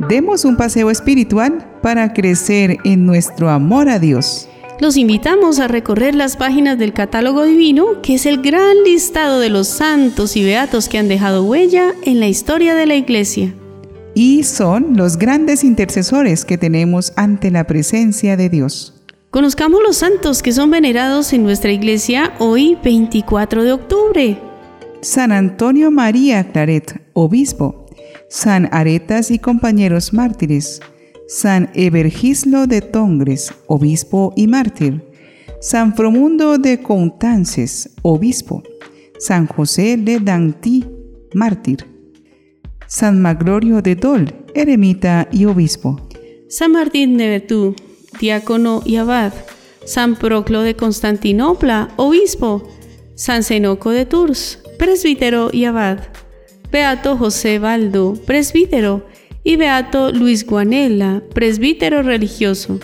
Demos un paseo espiritual para crecer en nuestro amor a Dios. Los invitamos a recorrer las páginas del Catálogo Divino, que es el gran listado de los santos y beatos que han dejado huella en la historia de la Iglesia. Y son los grandes intercesores que tenemos ante la presencia de Dios. Conozcamos los santos que son venerados en nuestra Iglesia hoy, 24 de octubre. San Antonio María Claret, obispo. San Aretas y compañeros mártires. San Evergislo de Tongres, obispo y mártir. San Fromundo de Coutances, obispo. San José de Danty, mártir. San Maglorio de Dol, eremita y obispo. San Martín de Betú, diácono y abad. San Proclo de Constantinopla, obispo. San Zenoco de Tours, presbítero y abad. Beato José Baldo, presbítero, y beato Luis Guanella, presbítero religioso.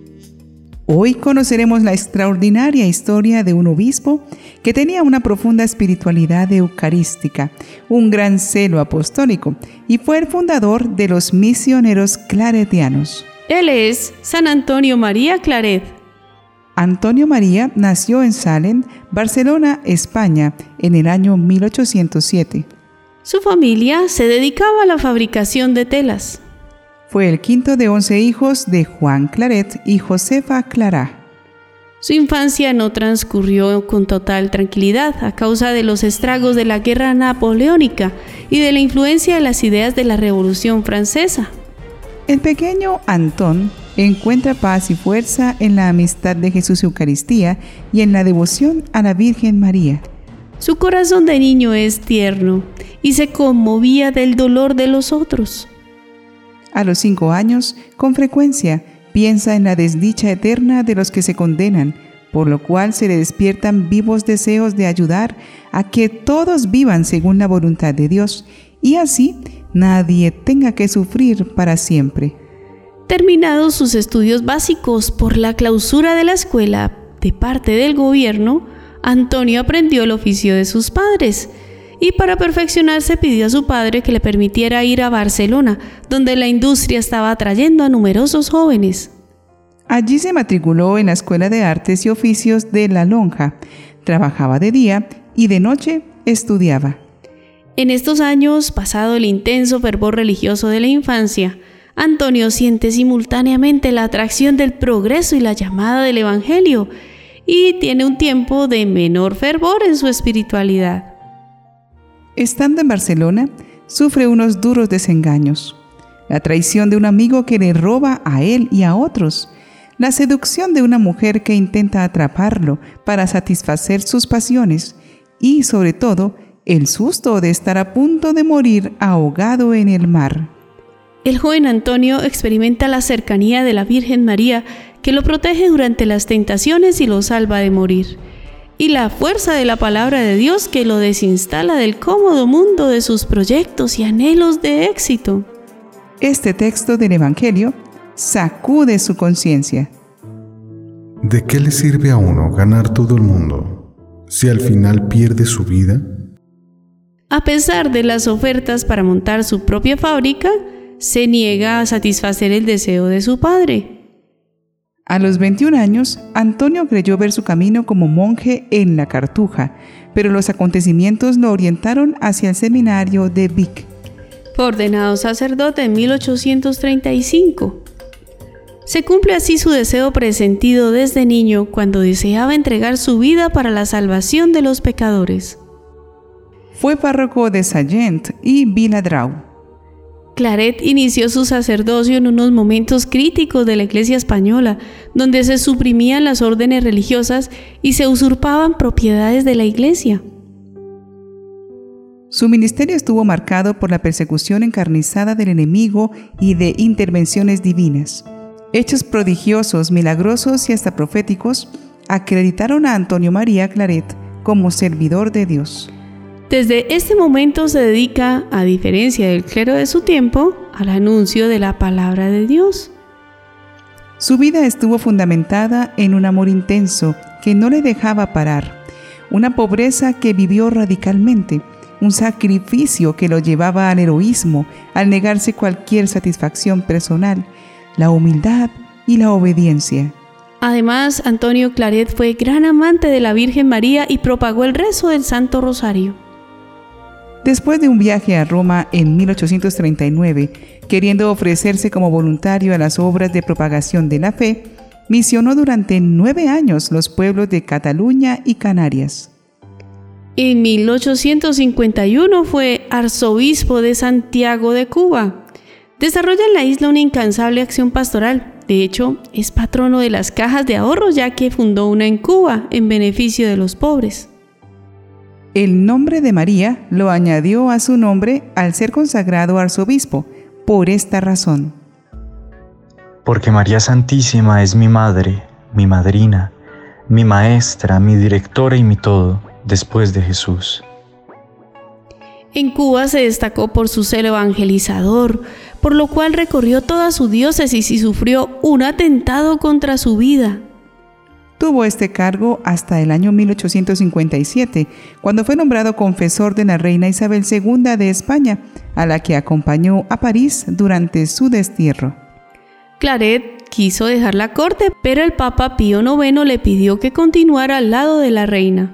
Hoy conoceremos la extraordinaria historia de un obispo que tenía una profunda espiritualidad eucarística, un gran celo apostólico y fue el fundador de los misioneros claretianos. Él es San Antonio María Claret. Antonio María nació en Salem, Barcelona, España, en el año 1807. Su familia se dedicaba a la fabricación de telas. Fue el quinto de 11 hijos de Juan Claret y Josefa Clará. Su infancia no transcurrió con total tranquilidad a causa de los estragos de la guerra napoleónica y de la influencia de las ideas de la Revolución Francesa. El pequeño Antón encuentra paz y fuerza en la amistad de Jesús Eucaristía y en la devoción a la Virgen María. Su corazón de niño es tierno y se conmovía del dolor de los otros. A los 5 años, con frecuencia, piensa en la desdicha eterna de los que se condenan, por lo cual se le despiertan vivos deseos de ayudar a que todos vivan según la voluntad de Dios, y así nadie tenga que sufrir para siempre. Terminados sus estudios básicos por la clausura de la escuela de parte del gobierno, Antonio aprendió el oficio de sus padres y para perfeccionarse pidió a su padre que le permitiera ir a Barcelona, donde la industria estaba atrayendo a numerosos jóvenes. Allí se matriculó en la Escuela de Artes y Oficios de La Lonja, trabajaba de día y de noche estudiaba. En estos años, pasado el intenso fervor religioso de la infancia, Antonio siente simultáneamente la atracción del progreso y la llamada del Evangelio, y tiene un tiempo de menor fervor en su espiritualidad. Estando en Barcelona, sufre unos duros desengaños. La traición de un amigo que le roba a él y a otros. La seducción de una mujer que intenta atraparlo para satisfacer sus pasiones. Y, sobre todo, el susto de estar a punto de morir ahogado en el mar. El joven Antonio experimenta la cercanía de la Virgen María, que lo protege durante las tentaciones y lo salva de morir, y la fuerza de la palabra de Dios que lo desinstala del cómodo mundo de sus proyectos y anhelos de éxito. Este texto del Evangelio sacude su conciencia. ¿De qué le sirve a uno ganar todo el mundo si al final pierde su vida? A pesar de las ofertas para montar su propia fábrica, se niega a satisfacer el deseo de su padre. A los 21 años, Antonio creyó ver su camino como monje en la Cartuja, pero los acontecimientos lo orientaron hacia el seminario de Vic. Fue ordenado sacerdote en 1835. Se cumple así su deseo presentido desde niño cuando deseaba entregar su vida para la salvación de los pecadores. Fue párroco de Sallent y Viladrau. Claret inició su sacerdocio en unos momentos críticos de la Iglesia española, donde se suprimían las órdenes religiosas y se usurpaban propiedades de la Iglesia. Su ministerio estuvo marcado por la persecución encarnizada del enemigo y de intervenciones divinas. Hechos prodigiosos, milagrosos y hasta proféticos acreditaron a Antonio María Claret como servidor de Dios. Desde este momento se dedica, a diferencia del clero de su tiempo, al anuncio de la palabra de Dios. Su vida estuvo fundamentada en un amor intenso que no le dejaba parar, una pobreza que vivió radicalmente, un sacrificio que lo llevaba al heroísmo, al negarse cualquier satisfacción personal, la humildad y la obediencia. Además, Antonio Claret fue gran amante de la Virgen María y propagó el rezo del Santo Rosario. Después de un viaje a Roma en 1839, queriendo ofrecerse como voluntario a las obras de propagación de la fe, misionó durante 9 años los pueblos de Cataluña y Canarias. En 1851 fue arzobispo de Santiago de Cuba. Desarrolla en la isla una incansable acción pastoral. De hecho, es patrono de las cajas de ahorros, ya que fundó una en Cuba en beneficio de los pobres. El nombre de María lo añadió a su nombre al ser consagrado arzobispo, por esta razón. Porque María Santísima es mi madre, mi madrina, mi maestra, mi directora y mi todo, después de Jesús. En Cuba se destacó por su celo evangelizador, por lo cual recorrió toda su diócesis y sufrió un atentado contra su vida. Tuvo este cargo hasta el año 1857, cuando fue nombrado confesor de la reina Isabel II de España, a la que acompañó a París durante su destierro. Claret quiso dejar la corte, pero el Papa Pío IX le pidió que continuara al lado de la reina.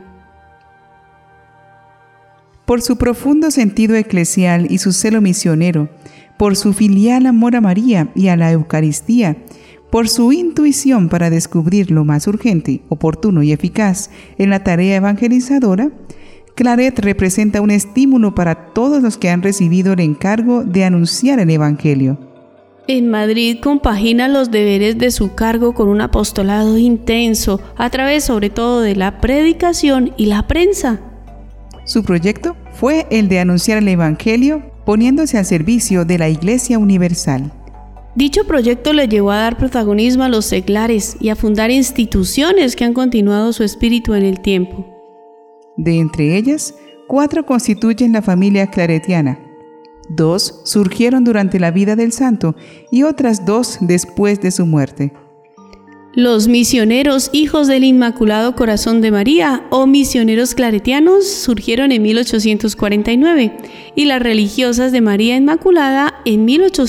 Por su profundo sentido eclesial y su celo misionero, por su filial amor a María y a la Eucaristía, por su intuición para descubrir lo más urgente, oportuno y eficaz en la tarea evangelizadora, Claret representa un estímulo para todos los que han recibido el encargo de anunciar el Evangelio. En Madrid compagina los deberes de su cargo con un apostolado intenso, a través sobre todo de la predicación y la prensa. Su proyecto fue el de anunciar el Evangelio poniéndose al servicio de la Iglesia Universal. Dicho proyecto le llevó a dar protagonismo a los seglares y a fundar instituciones que han continuado su espíritu en el tiempo. De entre ellas, 4 constituyen la familia claretiana. 2 surgieron durante la vida del santo y otras 2 después de su muerte. Los misioneros hijos del Inmaculado Corazón de María o misioneros claretianos surgieron en 1849 y las religiosas de María Inmaculada en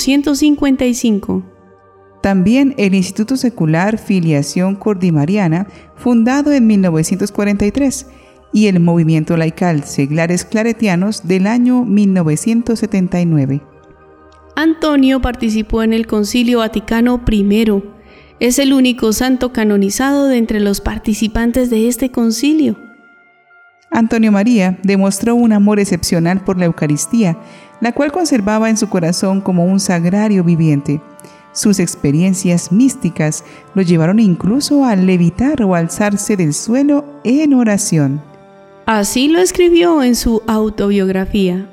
1855. También el Instituto Secular Filiación Cordimariana, fundado en 1943, y el movimiento laical Seglares Claretianos del año 1979. Antonio participó en el Concilio Vaticano I. Es el único santo canonizado de entre los participantes de este concilio. Antonio María demostró un amor excepcional por la Eucaristía, la cual conservaba en su corazón como un sagrario viviente. Sus experiencias místicas lo llevaron incluso a levitar o alzarse del suelo en oración. Así lo escribió en su autobiografía.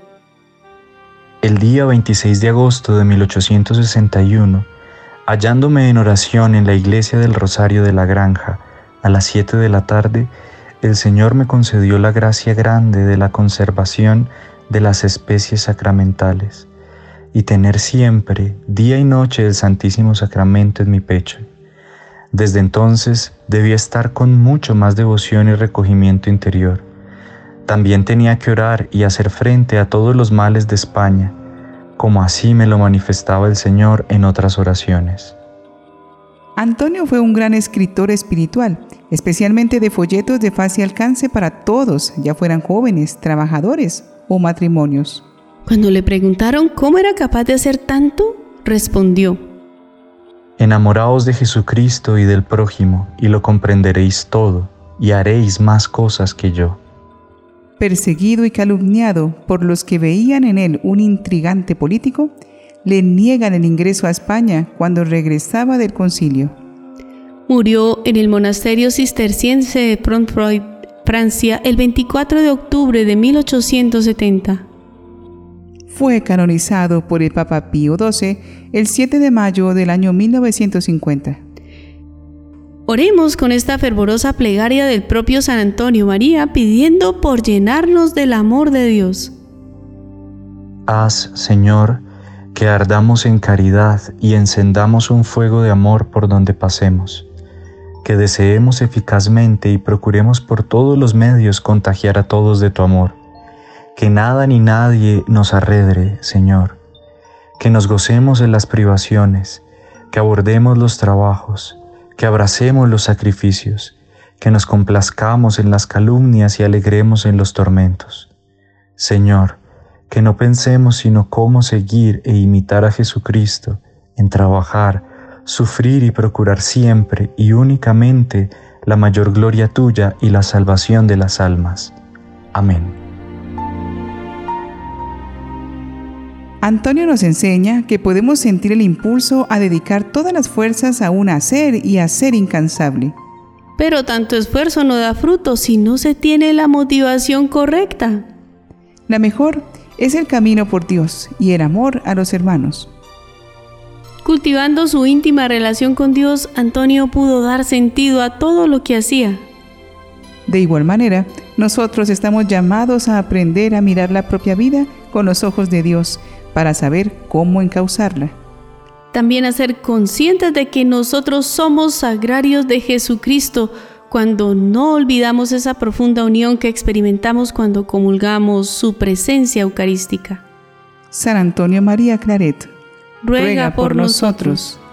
El día 26 de agosto de 1861, hallándome en oración en la iglesia del Rosario de la Granja, a las 7 de la tarde, el Señor me concedió la gracia grande de la conservación de las especies sacramentales y tener siempre, día y noche, el Santísimo Sacramento en mi pecho. Desde entonces debía estar con mucho más devoción y recogimiento interior. También tenía que orar y hacer frente a todos los males de España, como así me lo manifestaba el Señor en otras oraciones. Antonio fue un gran escritor espiritual, especialmente de folletos de fácil alcance para todos, ya fueran jóvenes, trabajadores o matrimonios. Cuando le preguntaron cómo era capaz de hacer tanto, respondió: Enamoraos de Jesucristo y del prójimo, y lo comprenderéis todo, y haréis más cosas que yo. Perseguido y calumniado por los que veían en él un intrigante político, le niegan el ingreso a España cuando regresaba del concilio. Murió en el monasterio cisterciense de Pont-Roy, Francia, el 24 de octubre de 1870. Fue canonizado por el Papa Pío XII el 7 de mayo del año 1950. Oremos con esta fervorosa plegaria del propio San Antonio María, pidiendo por llenarnos del amor de Dios. Haz, Señor, que ardamos en caridad y encendamos un fuego de amor por donde pasemos, que deseemos eficazmente y procuremos por todos los medios contagiar a todos de tu amor, que nada ni nadie nos arredre, Señor, que nos gocemos en las privaciones, que abordemos los trabajos, que abracemos los sacrificios, que nos complazcamos en las calumnias y alegremos en los tormentos. Señor, que no pensemos sino cómo seguir e imitar a Jesucristo en trabajar, sufrir y procurar siempre y únicamente la mayor gloria tuya y la salvación de las almas. Amén. Antonio nos enseña que podemos sentir el impulso a dedicar todas las fuerzas a un hacer y hacer incansable. Pero tanto esfuerzo no da fruto si no se tiene la motivación correcta. La mejor es el camino por Dios y el amor a los hermanos. Cultivando su íntima relación con Dios, Antonio pudo dar sentido a todo lo que hacía. De igual manera, nosotros estamos llamados a aprender a mirar la propia vida con los ojos de Dios para saber cómo encauzarla. También a ser conscientes de que nosotros somos sagrarios de Jesucristo cuando no olvidamos esa profunda unión que experimentamos cuando comulgamos su presencia eucarística. San Antonio María Claret, ruega por nosotros.